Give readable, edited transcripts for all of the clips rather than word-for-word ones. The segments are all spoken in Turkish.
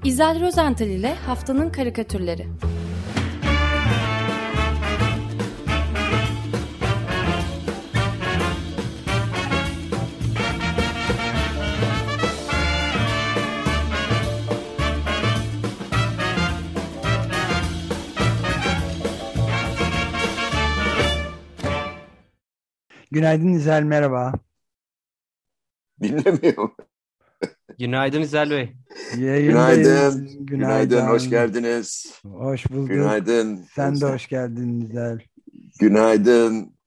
İzel Rozental ile Haftanın Karikatürleri. Günaydın İzel, merhaba. Dinlemiyorum. Günaydın İzel Bey. Yayındayız. Günaydın, hoş geldiniz. Hoş bulduk. Günaydın. Sen de hoş geldin İzel. Günaydın.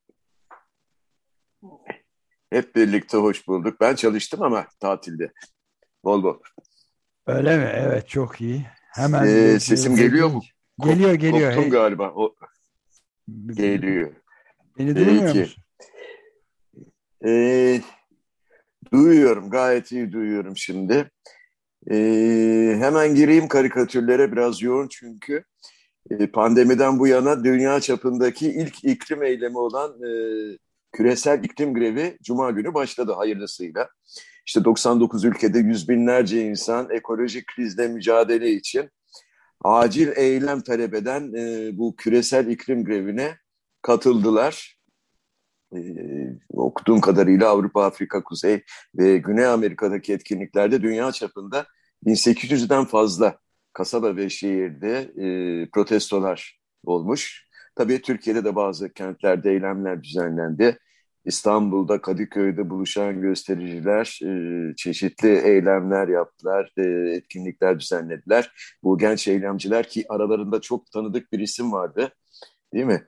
Hep birlikte hoş bulduk. Ben çalıştım ama tatilde. Bol bol. Öyle mi? Evet, çok iyi. Hemen sesim geliyor mu? Geliyor. Koptum galiba. Geliyor. Beni duymuyor musun? Duyuyorum. Gayet iyi duyuyorum şimdi. Hemen gireyim karikatürlere, biraz yoğun çünkü. Pandemiden bu yana dünya çapındaki ilk iklim eylemi olan küresel iklim grevi Cuma günü başladı hayırlısıyla. İşte 99 ülkede yüz binlerce insan ekolojik krizle mücadele için acil eylem talep eden bu küresel iklim grevine katıldılar. Okuduğum kadarıyla Avrupa, Afrika, Kuzey ve Güney Amerika'daki etkinliklerde dünya çapında 1800'den fazla kasaba ve şehirde protestolar olmuş. Tabii Türkiye'de de bazı kentlerde eylemler düzenlendi. İstanbul'da, Kadıköy'de buluşan göstericiler çeşitli eylemler yaptılar, etkinlikler düzenlediler. Bu genç eylemciler, ki aralarında çok tanıdık bir isim vardı, değil mi?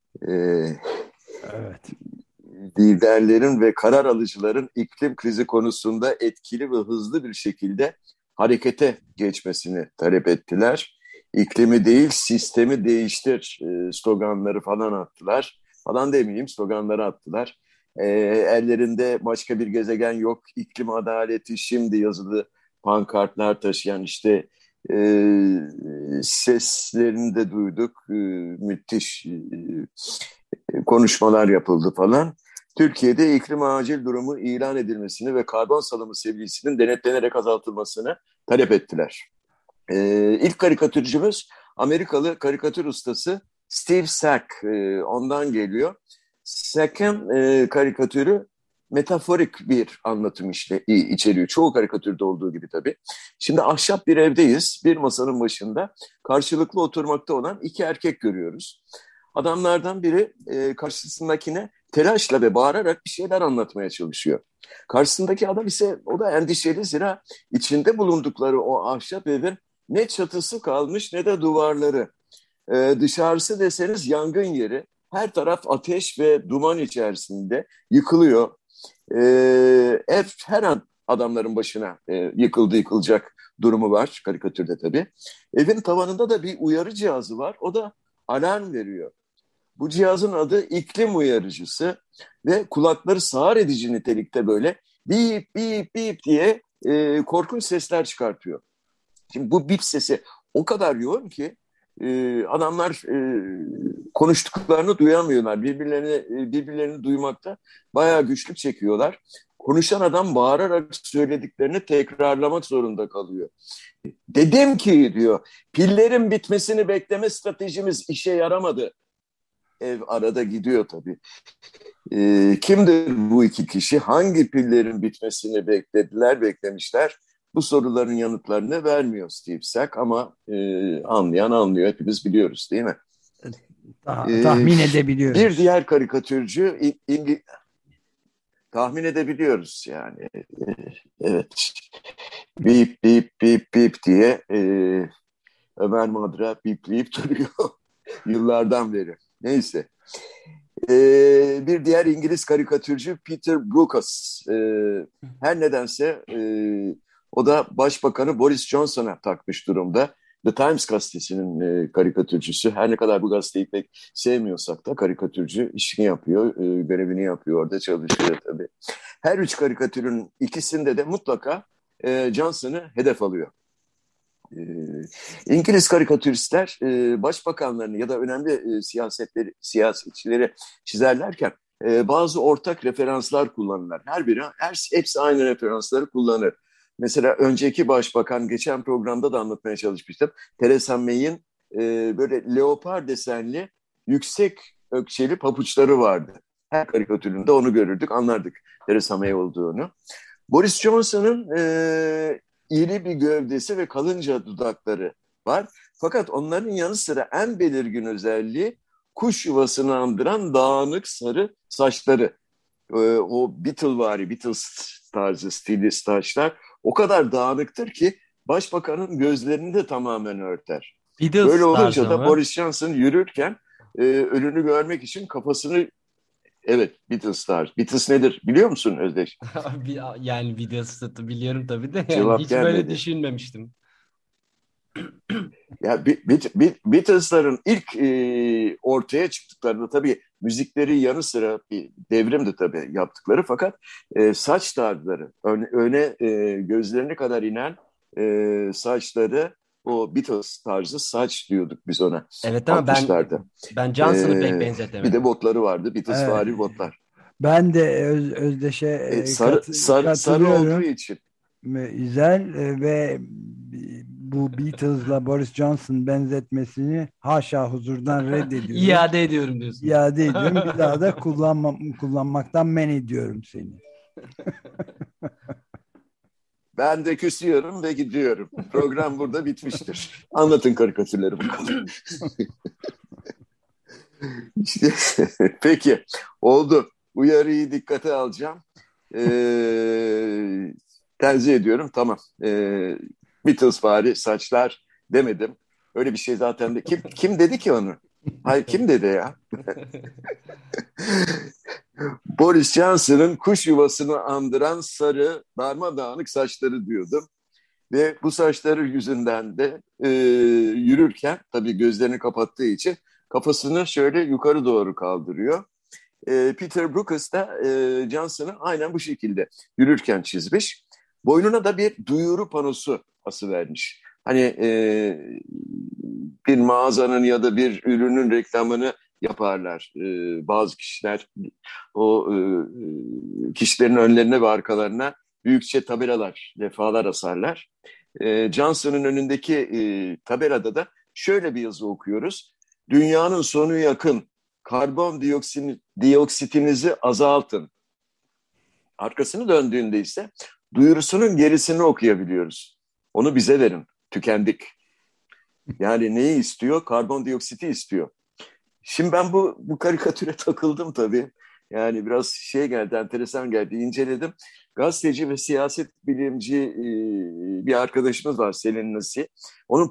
Evet. Liderlerin ve karar alıcıların iklim krizi konusunda etkili ve hızlı bir şekilde harekete geçmesini talep ettiler. İklimi değil, sistemi değiştir sloganları falan attılar. Falan demeyeyim, sloganları attılar. Ellerinde başka bir gezegen yok, iklim adaleti şimdi yazılı pankartlar taşıyan işte seslerini de duyduk. Müthiş konuşmalar yapıldı falan. Türkiye'de iklim acil durumu ilan edilmesini ve karbon salımı seviyesinin denetlenerek azaltılmasını talep ettiler. İlk karikatürcümüz Amerikalı karikatür ustası Steve Sack. Ondan geliyor. Sack'ın karikatürü metaforik bir anlatım içeriyor. Çoğu karikatürde olduğu gibi tabii. Şimdi ahşap bir evdeyiz. Bir masanın başında karşılıklı oturmakta olan iki erkek görüyoruz. Adamlardan biri karşısındakine telaşla ve bağırarak bir şeyler anlatmaya çalışıyor. Karşısındaki adam ise o da endişeli, zira içinde bulundukları o ahşap evin ne çatısı kalmış ne de duvarları. Dışarısı deseniz yangın yeri. Her taraf ateş ve duman içerisinde yıkılıyor. Ev her an adamların başına yıkılacak durumu var karikatürde tabii. Evin tavanında da bir uyarı cihazı var. O da alarm veriyor. Bu cihazın adı iklim uyarıcısı ve kulakları sağır edici nitelikte böyle bip bip bip diye korkunç sesler çıkartıyor. Şimdi bu bip sesi o kadar yoğun ki adamlar konuştuklarını duyamıyorlar. Birbirlerini duymakta bayağı güçlük çekiyorlar. Konuşan adam bağırarak söylediklerini tekrarlamak zorunda kalıyor. Dedim ki diyor, pillerin bitmesini bekleme stratejimiz işe yaramadı. Ev arada gidiyor tabii. Kimdir bu iki kişi? Hangi pillerin bitmesini beklemişler? Bu soruların yanıtlarını vermiyor Steve Sack ama anlayan anlıyor. Hepimiz biliyoruz, değil mi? Tahmin edebiliyoruz. Bir diğer karikatürcü tahmin edebiliyoruz yani. Evet. Bip bip bip bip diye Ömer Madra bipleyip duruyor yıllardan beri. Neyse. Bir diğer İngiliz karikatürcü Peter Brookes. Her nedense o da Başbakanı Boris Johnson'a takmış durumda. The Times gazetesinin karikatürcüsü. Her ne kadar bu gazeteyi pek sevmiyorsak da karikatürcü işini yapıyor, görevini yapıyor, orada çalışıyor tabii. Her üç karikatürün ikisinde de mutlaka Johnson'ı hedef alıyor. İngiliz karikatüristler başbakanlarını ya da önemli siyasetçileri çizerlerken bazı ortak referanslar kullanırlar. Hepsi aynı referansları kullanır. Mesela önceki başbakan, geçen programda da anlatmaya çalışmıştım. Theresa May'in böyle leopar desenli yüksek ökçeli papuçları vardı. Her karikatüründe onu görürdük, anlardık Theresa May olduğunu. Boris Johnson'ın iri bir gövdesi ve kalınca dudakları var. Fakat onların yanı sıra en belirgin özelliği kuş yuvasını andıran dağınık sarı saçları. O Beatles tarzı stili saçlar o kadar dağınıktır ki başbakanın gözlerini de tamamen örter. Böyle Beatles olunca tarzı da mı? Boris Johnson yürürken önünü görmek için kafasını, evet, Beatles tarzı. Beatles nedir biliyor musun Özdeş? Yani Beatles'ı biliyorum tabii de yani Cevap hiç böyle gelmedi. düşünmemiştim. Ya Beatles'ların ilk ortaya çıktıklarında tabii müzikleri yanı sıra bir devrimdi tabii yaptıkları, fakat saç tarzları öne gözlerine kadar inen saçları, o Beatles tarzı saç diyorduk biz ona Evet ama ben 60'larda. ben E, Johnson'ı pek Bir de benzetemedim. botları vardı, Evet. Beatlesvari botlar. Ben de Özdeş'e Sarı olduğu katılıyorum. için. Güzel ve bu Beatles'la Boris Johnson benzetmesini haşa huzurdan reddediyorum. İade ediyorum diyorsun. İade ediyorum. Bir daha da kullanmaktan men ediyorum seni. Ben de küsüyorum ve gidiyorum. Program burada bitmiştir. Anlatın karikatürleri bakalım. İşte, peki, oldu. Uyarıyı dikkate alacağım. Tercih ediyorum. Tamam. Beatlesvari saçlar demedim. Öyle bir şey zaten de. Kim dedi ki onu? Hayır, kim dedi ya? Boris Johnson'ın kuş yuvasını andıran sarı darmadağınık saçları diyordum. Ve bu saçları yüzünden de yürürken tabii gözlerini kapattığı için kafasını şöyle yukarı doğru kaldırıyor. Peter Brookes da Johnson'ı aynen bu şekilde yürürken çizmiş. Boynuna da bir duyuru panosu asıvermiş. Hani bir mağazanın ya da bir ürünün reklamını yaparlar. Bazı kişiler o kişilerin önlerine ve arkalarına büyükçe tabelalar, defalar asarlar. Johnson'ın önündeki tabelada da şöyle bir yazı okuyoruz. Dünyanın sonu yakın. Karbondioksitinizi azaltın. Arkasını döndüğünde ise duyurusunun gerisini okuyabiliyoruz. Onu bize verin. Tükendik. Yani neyi istiyor? Karbondioksiti istiyor. Şimdi ben bu karikatüre takıldım tabii. Yani biraz şey geldi, enteresan geldi. İnceledim. Gazeteci ve siyaset bilimci bir arkadaşımız var, Selin Nasi. Onun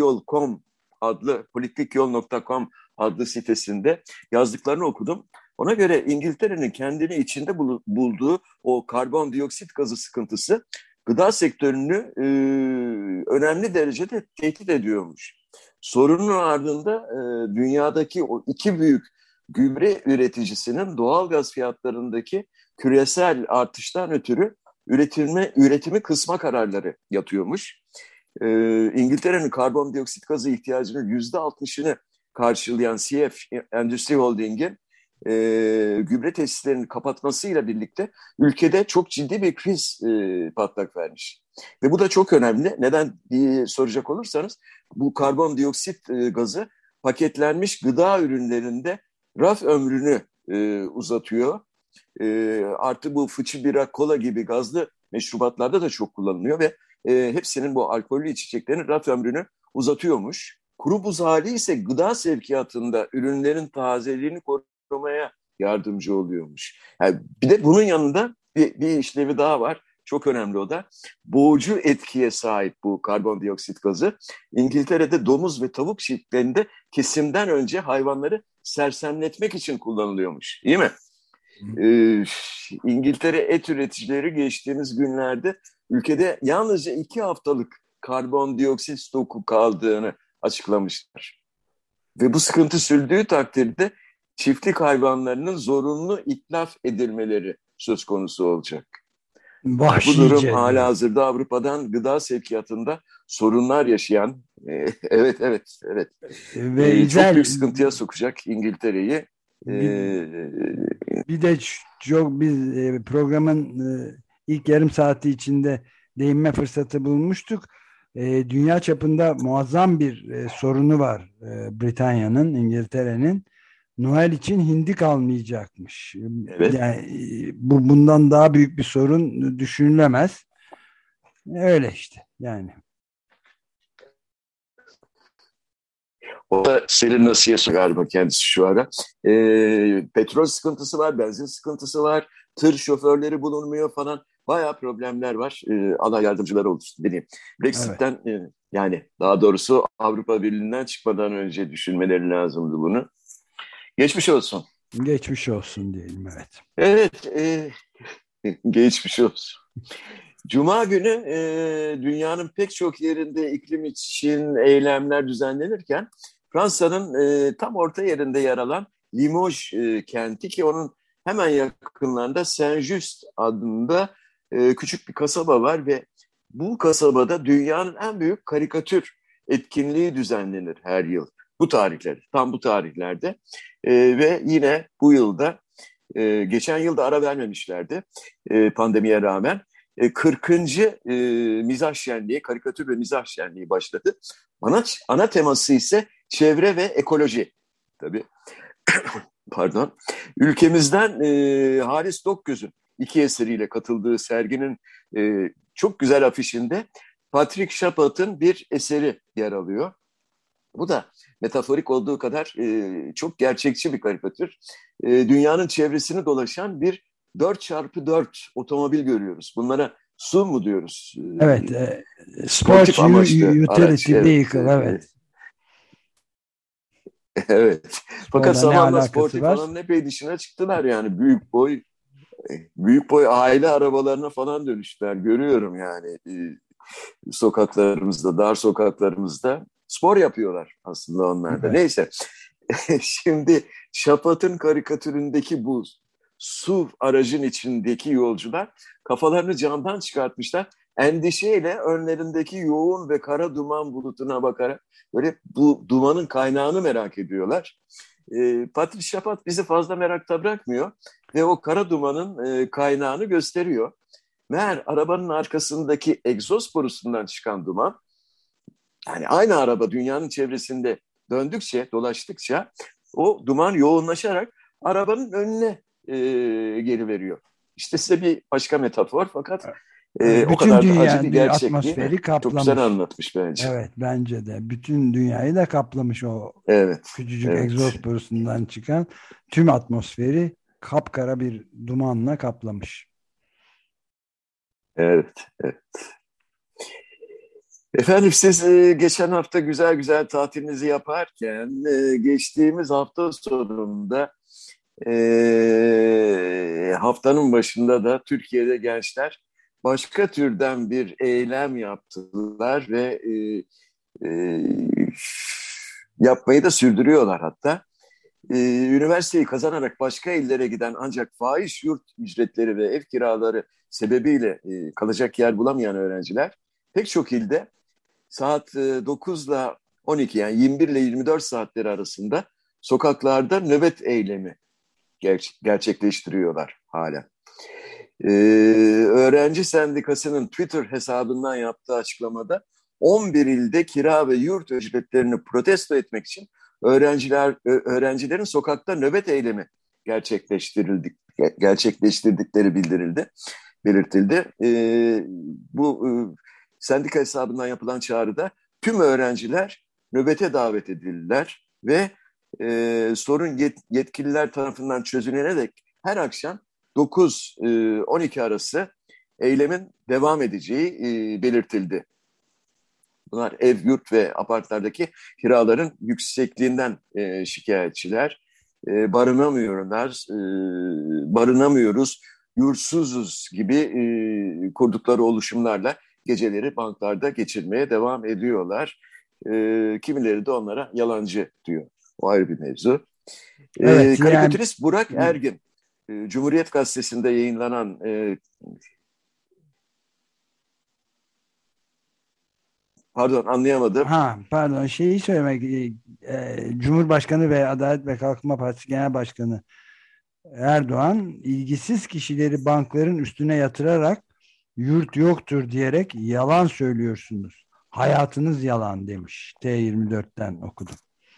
politikyol.com adlı sitesinde yazdıklarını okudum. Ona göre İngiltere'nin kendini içinde bulduğu o karbondioksit gazı sıkıntısı gıda sektörünü önemli derecede tehdit ediyormuş. Sorunun ardında dünyadaki o iki büyük gübre üreticisinin doğal gaz fiyatlarındaki küresel artıştan ötürü üretimi kısma kararları yatıyormuş. İngiltere'nin karbondioksit gazı ihtiyacının %60'ını karşılayan CF Endüstri Holding'in gübre tesislerini kapatmasıyla birlikte ülkede çok ciddi bir kriz patlak vermiş. Ve bu da çok önemli. Neden diye soracak olursanız, bu karbondioksit gazı paketlenmiş gıda ürünlerinde raf ömrünü uzatıyor. Artı bu fıçı, bira, kola gibi gazlı meşrubatlarda da çok kullanılıyor ve hepsinin, bu alkollü içeceklerin raf ömrünü uzatıyormuş. Kuru buz hali ise gıda sevkiyatında ürünlerin tazeliğini korumaya yardımcı oluyormuş. Yani bir de bunun yanında bir işlevi daha var. Çok önemli o da. Boğucu etkiye sahip bu karbondioksit gazı. İngiltere'de domuz ve tavuk çiftlerinde kesimden önce hayvanları sersemletmek için kullanılıyormuş. İyi mi? İngiltere et üreticileri geçtiğimiz günlerde ülkede yalnızca 2 haftalık karbondioksit stoku kaldığını açıklamışlar. Ve bu sıkıntı sürdüğü takdirde çiftlik hayvanlarının zorunlu itlaf edilmeleri söz konusu olacak. Bu durum Vahşice diyor. halihazırda Avrupa'dan gıda sevkiyatında sorunlar yaşayan, evet, Ve çok İzel büyük sıkıntıya sokacak İngiltere'yi. bir, bir de çok biz programın ilk yarım saati içinde değinme fırsatı bulmuştuk. Dünya çapında muazzam bir sorunu var Britanya'nın, İngiltere'nin. Noel için hindi kalmayacakmış. Evet. Yani bundan daha büyük bir sorun düşünülemez. Öyle işte yani. O da Selin Nasiye galiba kendisi şu ara. Petrol sıkıntısı var, benzin sıkıntısı var, tır şoförleri bulunmuyor falan. Bayağı problemler var. Allah yardımcıları olsun dediğim. Brexit'ten yani daha doğrusu Avrupa Birliği'nden çıkmadan önce düşünmeleri lazımdı bunu. Geçmiş olsun. Geçmiş olsun diyelim, evet. Evet, geçmiş olsun. Cuma günü dünyanın pek çok yerinde iklim için eylemler düzenlenirken Fransa'nın tam orta yerinde yer alan Limoges kenti, ki onun hemen yakınlarında Saint-Just adında küçük bir kasaba var ve bu kasabada dünyanın en büyük karikatür etkinliği düzenlenir her yıl. Bu tarihlerde, tam bu tarihlerde ve yine bu yılda, geçen yılda ara vermemişlerdi pandemiye rağmen. 40. mizah şenliği, karikatür ve mizah şenliği başladı. Ana teması ise çevre ve ekoloji. Tabii. Pardon. Ülkemizden Halis Dokgöz'ün 2 eseriyle katıldığı serginin çok güzel afişinde Patrick Chapat'ın bir eseri yer alıyor. Bu da metaforik olduğu kadar çok gerçekçi bir karikatür. Dünyanın çevresini dolaşan bir 4x4 otomobil görüyoruz. Bunlara SUV mu diyoruz? Evet. Sport Utility Vehicle, evet. Evet. Fakat zamanla Sporty var? falan epey dışına çıktılar yani. Büyük boy aile arabalarına falan dönüştüler. Görüyorum yani sokaklarımızda, dar sokaklarımızda spor yapıyorlar aslında onlar da. Evet. Neyse. Şimdi Chapat'ın karikatüründeki bu SUV aracın içindeki yolcular kafalarını camdan çıkartmışlar. Endişeyle önlerindeki yoğun ve kara duman bulutuna bakarak böyle bu dumanın kaynağını merak ediyorlar. Patrick Chapat bizi fazla merakta bırakmıyor ve o kara dumanın kaynağını gösteriyor. Meğer arabanın arkasındaki egzoz borusundan çıkan duman, yani aynı araba dünyanın çevresinde döndükçe, dolaştıkça o duman yoğunlaşarak arabanın önüne geri veriyor. İşte size bir başka metafor, fakat o kadar da acı bir gerçek atmosferi değil mi? Kaplamış. Çok güzel anlatmış bence. Evet, bence de. Bütün dünyayı da kaplamış o küçücük egzoz borusundan çıkan tüm atmosferi kapkara bir dumanla kaplamış. Evet, evet. Efendim siz geçen hafta güzel güzel tatilinizi yaparken geçtiğimiz hafta sonunda haftanın başında da Türkiye'de gençler başka türden bir eylem yaptılar ve yapmayı da sürdürüyorlar hatta. Üniversiteyi kazanarak başka illere giden ancak fahiş yurt ücretleri ve ev kiraları sebebiyle kalacak yer bulamayan öğrenciler pek çok ilde saat 9 ile 12, yani 21 ile 24 saatleri arasında sokaklarda nöbet eylemi gerçekleştiriyorlar hala. Öğrenci Sendikası'nın Twitter hesabından yaptığı açıklamada 11 ilde kira ve yurt ücretlerini protesto etmek için öğrencilerin sokakta nöbet eylemi gerçekleştirdikleri belirtildi. Bu sendika hesabından yapılan çağrıda tüm öğrenciler nöbete davet edildiler ve sorun yetkililer tarafından çözülene dek her akşam 9-12 arası eylemin devam edeceği belirtildi. Bunlar ev, yurt ve apartlardaki kiraların yüksekliğinden şikayetçiler. Barınamıyoruz, yurtsuzuz gibi kurdukları oluşumlarla geceleri banklarda geçirmeye devam ediyorlar. Kimileri de onlara yalancı diyor. O ayrı bir mevzu. Evet, karikatürist Burak Ergin, Cumhuriyet Gazetesi'nde yayınlanan pardon, anlayamadım. Şeyi söylemek, Cumhurbaşkanı ve Adalet ve Kalkınma Partisi Genel Başkanı Erdoğan ilgisiz kişileri bankların üstüne yatırarak yurt yoktur diyerek yalan söylüyorsunuz. Hayatınız yalan demiş. T24'ten okudum.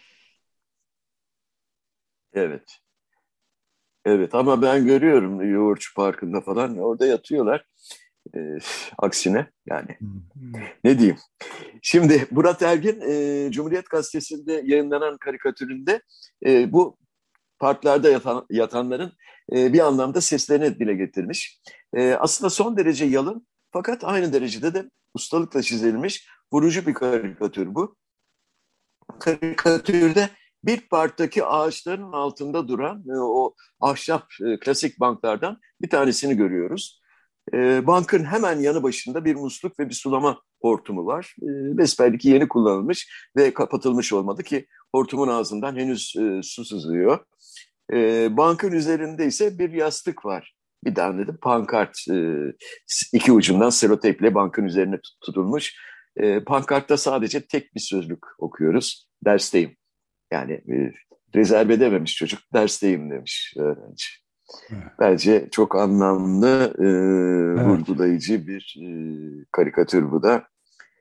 Evet. Evet ama ben görüyorum Yoğurtçu Parkı'nda falan orada yatıyorlar. Aksine yani ne diyeyim. Şimdi Murat Ergin Cumhuriyet Gazetesi'nde yayınlanan karikatüründe bu parklarda yatanların bir anlamda seslerini dile getirmiş. Aslında son derece yalın fakat aynı derecede de ustalıkla çizilmiş vurucu bir karikatür bu. Karikatürde bir parktaki ağaçların altında duran o ahşap klasik banklardan bir tanesini görüyoruz. Bankın hemen yanı başında bir musluk ve bir sulama hortumu var. Besbelli yeni kullanılmış ve kapatılmış olmalı ki hortumun ağzından henüz su sızıyor. Bankın üzerinde ise bir yastık var. Bir tane de pankart iki ucundan seloteple bankın üzerine tutulmuş. Pankartta sadece tek bir sözlük okuyoruz. Dersteyim. Yani rezerve edememiş çocuk. Dersteyim demiş öğrenci. Evet. Bence çok anlamlı, vurgulayıcı bir karikatür bu da.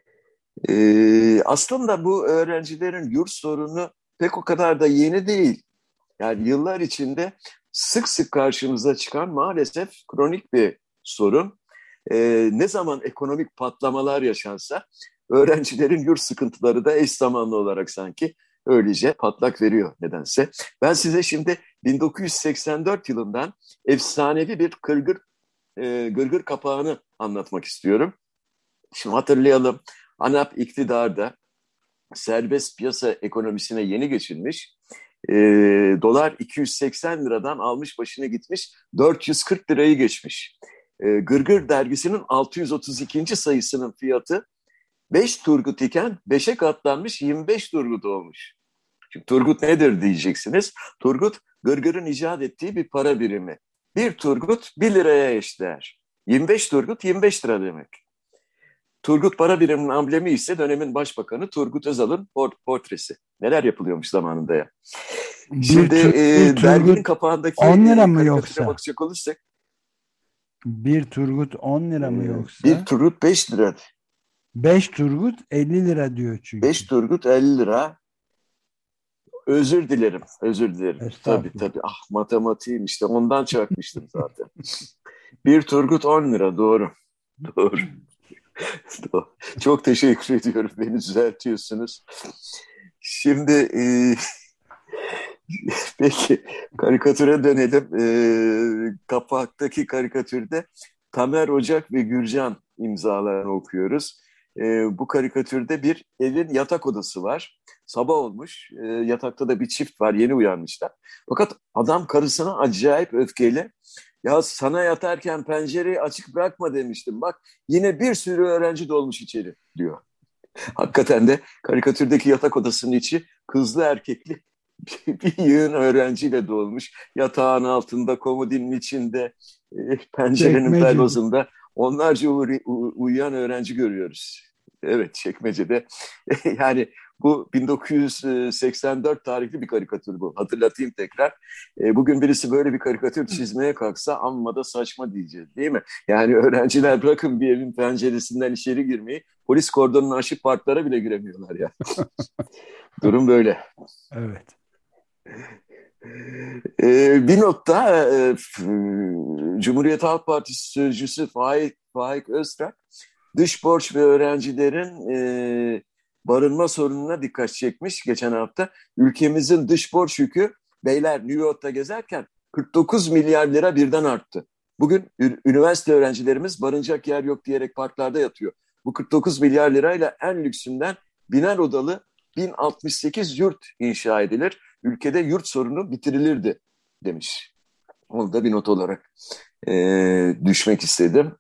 Aslında bu öğrencilerin yurt sorunu pek o kadar da yeni değil. Yani yıllar içinde sık sık karşımıza çıkan maalesef kronik bir sorun. Ne zaman ekonomik patlamalar yaşansa öğrencilerin yurt sıkıntıları da eş zamanlı olarak sanki öylece patlak veriyor nedense. Ben size şimdi 1984 yılından efsanevi bir gırgır kapağını anlatmak istiyorum. Şimdi hatırlayalım, ANAP iktidarda serbest piyasa ekonomisine yeni geçilmiş. Dolar 280 liradan almış başına gitmiş 440 lirayı geçmiş. Gırgır dergisinin 632. sayısının fiyatı 5 Turgut iken 5'e katlanmış 25 Turgut olmuş. Şimdi Turgut nedir diyeceksiniz. Turgut Gırgır'ın icat ettiği bir para birimi. 1 Turgut 1 liraya eşdeğer. 25 Turgut 25 lira demek. Turgut para biriminin amblemi ise dönemin başbakanı Turgut Özal'ın portresi. Neler yapılıyormuş zamanında ya. Şimdi derginin kapağındaki 10 lira mı yoksa? Bakacak olursak. Bir Turgut 10 lira mı yoksa? Bir Turgut 5 lira. 5 Turgut 50 lira diyor çünkü. 5 Turgut 50 lira. Özür dilerim. Tabii. Ah matematiğim işte ondan çarpmıştım zaten. Bir Turgut 10 lira doğru. Çok teşekkür ediyorum. Beni düzeltiyorsunuz. Şimdi peki karikatüre dönelim. Kapaktaki karikatürde Tamer Ocak ve Gürcan imzalarını okuyoruz. Bu karikatürde bir evin yatak odası var. Sabah olmuş. Yatakta da bir çift var. Yeni uyanmışlar. Fakat adam karısına acayip öfkeyle ya sana yatarken pencereyi açık bırakma demiştim. Bak yine bir sürü öğrenci dolmuş içeri diyor. Hakikaten de karikatürdeki yatak odasının içi kızlı erkekli bir yığın öğrenciyle dolmuş. Yatağın altında, komodinin içinde, pencerenin pelvazında onlarca uyuyan öğrenci görüyoruz. Evet, Çekmece'de. Yani bu 1984 tarihli bir karikatür bu. Hatırlatayım tekrar. Bugün birisi böyle bir karikatür çizmeye kalksa amma da saçma diyeceğiz değil mi? Yani öğrenciler bırakın bir evin penceresinden içeri girmeyi, polis kordonunu aşıp parklara bile giremiyorlar ya. Durum böyle. Evet. Bir notta Cumhuriyet Halk Partisi sözcüsü Faik Öztürk dış borç ve öğrencilerin barınma sorununa dikkat çekmiş geçen hafta. Ülkemizin dış borç yükü beyler New York'ta gezerken 49 milyar lira birden arttı. Bugün üniversite öğrencilerimiz barınacak yer yok diyerek parklarda yatıyor. Bu 49 milyar lirayla en lüksünden biner odalı 1068 yurt inşa edilir. Ülkede yurt sorunu bitirilirdi demiş. Onu da bir not olarak düşmek istedim.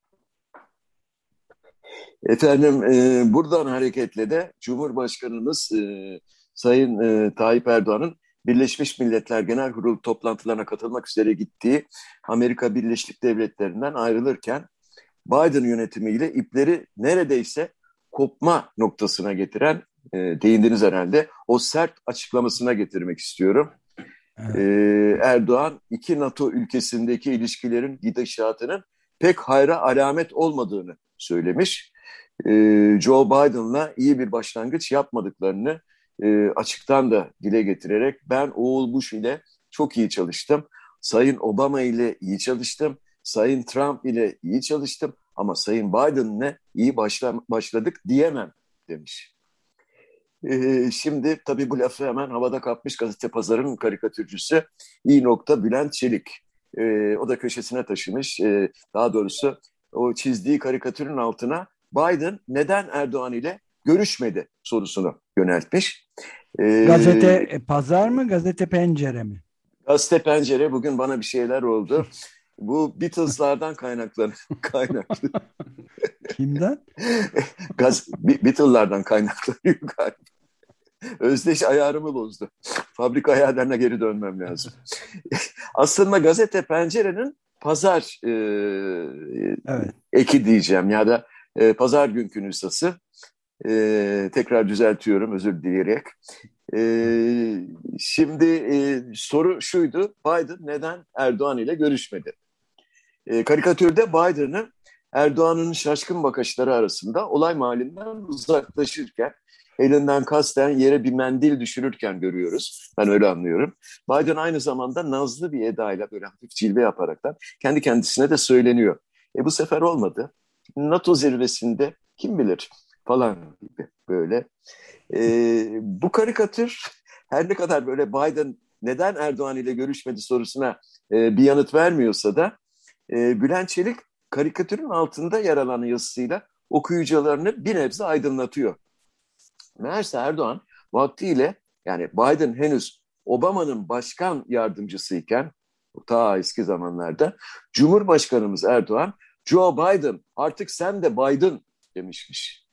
Efendim buradan hareketle de Cumhurbaşkanımız Sayın Tayyip Erdoğan'ın Birleşmiş Milletler Genel Kurulu toplantılarına katılmak üzere gittiği Amerika Birleşik Devletleri'nden ayrılırken Biden yönetimiyle ipleri neredeyse kopma noktasına getiren değindiniz herhalde. O sert açıklamasına getirmek istiyorum. Evet. Erdoğan iki NATO ülkesindeki ilişkilerin gidişatının pek hayra alamet olmadığını söylemiş. Joe Biden'la iyi bir başlangıç yapmadıklarını açıktan da dile getirerek ben oğul Bush ile çok iyi çalıştım. Sayın Obama ile iyi çalıştım. Sayın Trump ile iyi çalıştım. Ama Sayın Biden'la iyi başladık diyemem demiş. Şimdi tabii bu lafı hemen havada kapmış Gazete Pazar'ın karikatürcüsü İ. Bülent Çelik. O da köşesine taşımış. Daha doğrusu o çizdiği karikatürün altına Biden neden Erdoğan ile görüşmedi sorusunu yöneltmiş. Gazete Pazar mı, Gazete Pencere mi? Gazete Pencere bugün bana bir şeyler oldu. Bu Beatles'lardan kaynaklı. Kimden? Beatles'lardan kaynaklanıyor galiba. Özdeş ayarımı bozdu. Fabrika ayarlarına geri dönmem lazım. Aslında Gazete Pencere'nin pazar evet, eki diyeceğim ya da pazar günkü nüshası. Tekrar düzeltiyorum özür dileyerek. Şimdi soru şuydu. Biden neden Erdoğan ile görüşmedi? Karikatürde Biden'ı Erdoğan'ın şaşkın bakışları arasında olay mahallinden uzaklaşırken elinden kasten yere bir mendil düşürürken görüyoruz. Ben öyle anlıyorum. Biden aynı zamanda nazlı bir edayla böyle hafif cilve yaparaktan kendi kendisine de söyleniyor. Bu sefer olmadı. NATO zirvesinde kim bilir falan gibi böyle. Bu karikatür her ne kadar böyle Biden neden Erdoğan ile görüşmedi sorusuna bir yanıt vermiyorsa da Bülent Çelik karikatürün altında yer alan yazısıyla okuyucularını bir nebze aydınlatıyor. Meğerse Erdoğan vaktiyle yani Biden henüz Obama'nın başkan yardımcısıyken ta eski zamanlarda Cumhurbaşkanımız Erdoğan Joe Biden artık sen de Biden demişmiş.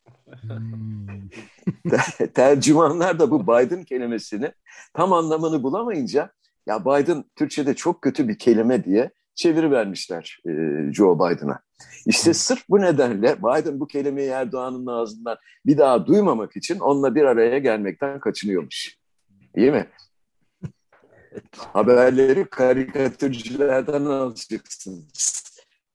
Tercümanlar da bu Biden kelimesini tam anlamını bulamayınca ya Biden Türkçe'de çok kötü bir kelime diye çevirivermişler Joe Biden'a. İşte sırf bu nedenle Biden bu kelimeyi Erdoğan'ın ağzından bir daha duymamak için onunla bir araya gelmekten kaçınıyormuş. İyi mi? Haberleri karikatürcülerden alacaksınız.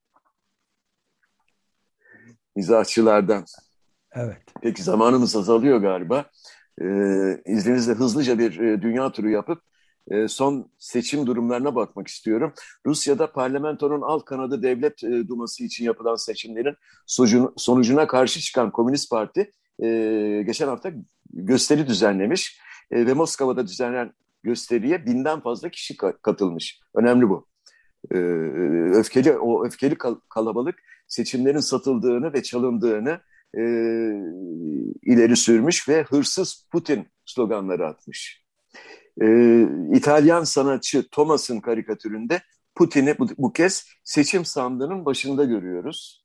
Mizahçılardan. Evet. Peki zamanımız azalıyor galiba. İzninizle hızlıca bir dünya turu yapıp son seçim durumlarına bakmak istiyorum. Rusya'da parlamentonun alt kanadı Devlet Duması için yapılan seçimlerin sonucuna karşı çıkan Komünist Parti geçen hafta gösteri düzenlemiş ve Moskova'da düzenlenen gösteriye 1000'den fazla kişi katılmış. Önemli bu. Öfkeli kalabalık seçimlerin satıldığını ve çalındığını ileri sürmüş ve hırsız Putin sloganları atmış. İtalyan sanatçı Thomas'ın karikatüründe Putin'i bu kez seçim sandığının başında görüyoruz.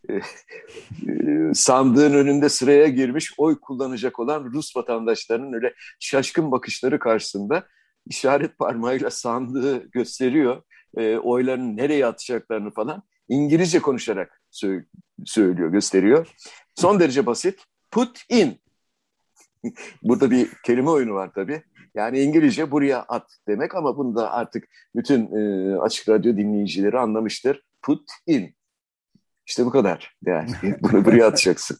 Sandığın önünde sıraya girmiş oy kullanacak olan Rus vatandaşlarının öyle şaşkın bakışları karşısında işaret parmağıyla sandığı gösteriyor. Oylarını nereye atacaklarını falan İngilizce konuşarak söylüyor, gösteriyor. Son derece basit. Put in. Burada bir kelime oyunu var tabii. Yani İngilizce buraya at demek ama bunu da artık bütün Açık Radyo dinleyicileri anlamıştır. Put in. İşte bu kadar. Yani bunu buraya atacaksın.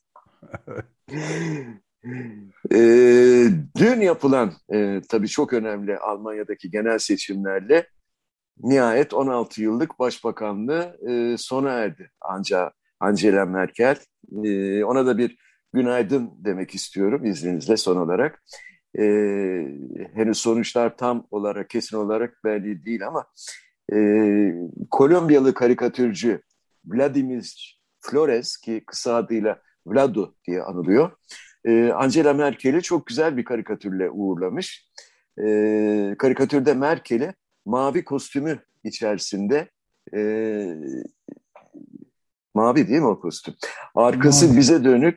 Dün yapılan tabii çok önemli Almanya'daki genel seçimlerle nihayet 16 yıllık başbakanlığı sona erdi. Angela Merkel. Ona da bir günaydın demek istiyorum izninizle son olarak. Henüz sonuçlar tam olarak, kesin olarak belli değil ama Kolombiyalı karikatürcü Vladimir Flores ki kısa adıyla Vlado diye anılıyor. Angela Merkel'i çok güzel bir karikatürle uğurlamış. Karikatürde Merkel'i mavi kostümü içerisinde mavi değil mi o kostüm? Arkası mavi, bize dönük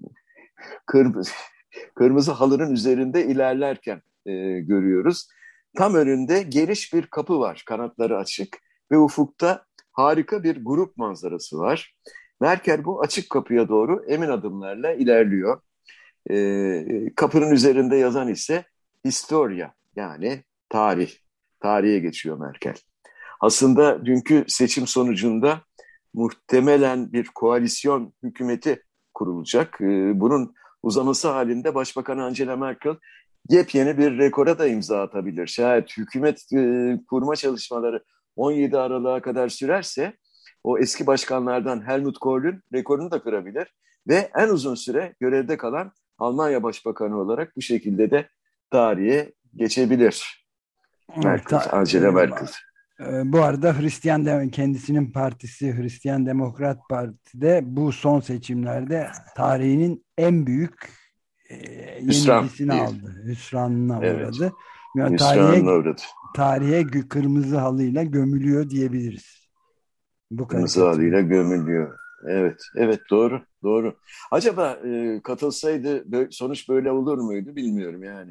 kırmızı halının üzerinde ilerlerken görüyoruz. Tam önünde geniş bir kapı var, kanatları açık ve ufukta harika bir grup manzarası var. Merkel bu açık kapıya doğru emin adımlarla ilerliyor. Kapının üzerinde yazan ise Historia yani tarih. Tarihe geçiyor Merkel. Aslında dünkü seçim sonucunda muhtemelen bir koalisyon hükümeti kurulacak. Bunun uzaması halinde Başbakan Angela Merkel yepyeni bir rekora da imza atabilir. Şayet hükümet kurma çalışmaları 17 Aralık'a kadar sürerse o eski başkanlardan Helmut Kohl'ün rekorunu da kırabilir ve en uzun süre görevde kalan Almanya Başbakanı olarak bu şekilde de tarihe geçebilir. Merkel, Angela Merkel. Bu arada kendisinin partisi Hristiyan Demokrat Parti'de bu son seçimlerde tarihinin en büyük yenilgisini aldı. Hüsranına uğradı. Yani tarihe kırmızı halıyla gömülüyor diyebiliriz. Kırmızı halıyla gömülüyor. Evet doğru. Acaba katılsaydı sonuç böyle olur muydu bilmiyorum yani.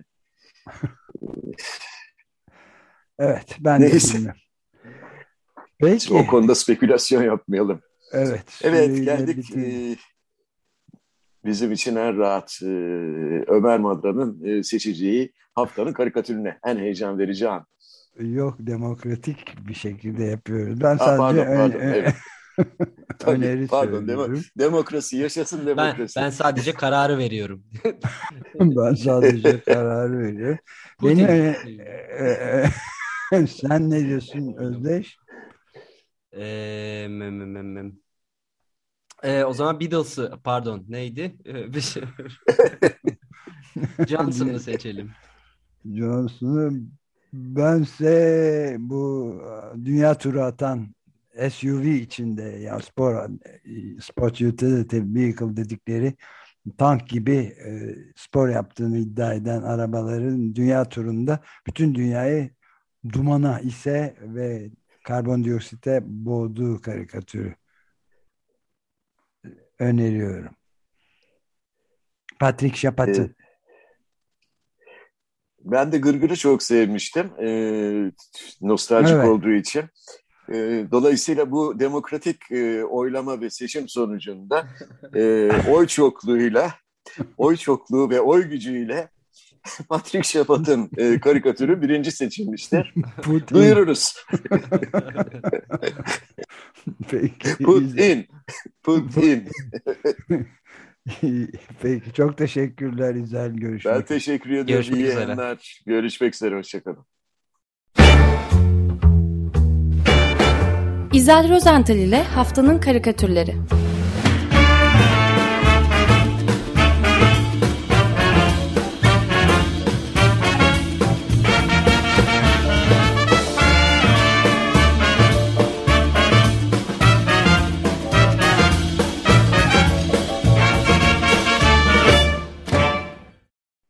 Evet, ben de bilmiyorum. Peki. O konuda spekülasyon yapmayalım. Evet. Geldik bizim için en rahat Ömer Madra'nın seçeceği haftanın karikatürüne. En heyecan verici an. Yok, demokratik bir şekilde yapıyoruz. Ben sadece evet. öneri söylüyorum. Demokrasi, yaşasın demokrasi. Ben sadece kararı veriyorum. Ben sadece kararı veriyorum. Sen ne diyorsun Özdeş? O zaman Beatles'ı, pardon neydi? Johnson'ı seçelim. Johnson'ı, bense bu dünya turu atan SUV içinde, ya sport utility vehicle dedikleri tank gibi spor yaptığını iddia eden arabaların dünya turunda bütün dünyayı dumana ise ve karbondioksite boğduğu karikatürü öneriyorum. Patrick Chapat'ın. Ben de Gırgır'ı çok sevmiştim. Nostaljik olduğu için. Dolayısıyla bu demokratik oylama ve seçim sonucunda oy çokluğu ve oy gücüyle Patrick Chapat'ın karikatürü birinci seçilmiştir. Duyururuz. Peki. Put in. Peki, çok teşekkürler İzel. Görüşmek Ben teşekkür ediyorum. Görüşmek İyi üzere. yayınlar. Görüşmek üzere. Hoşçakalın. İzel Rozental ile Haftanın Karikatürleri.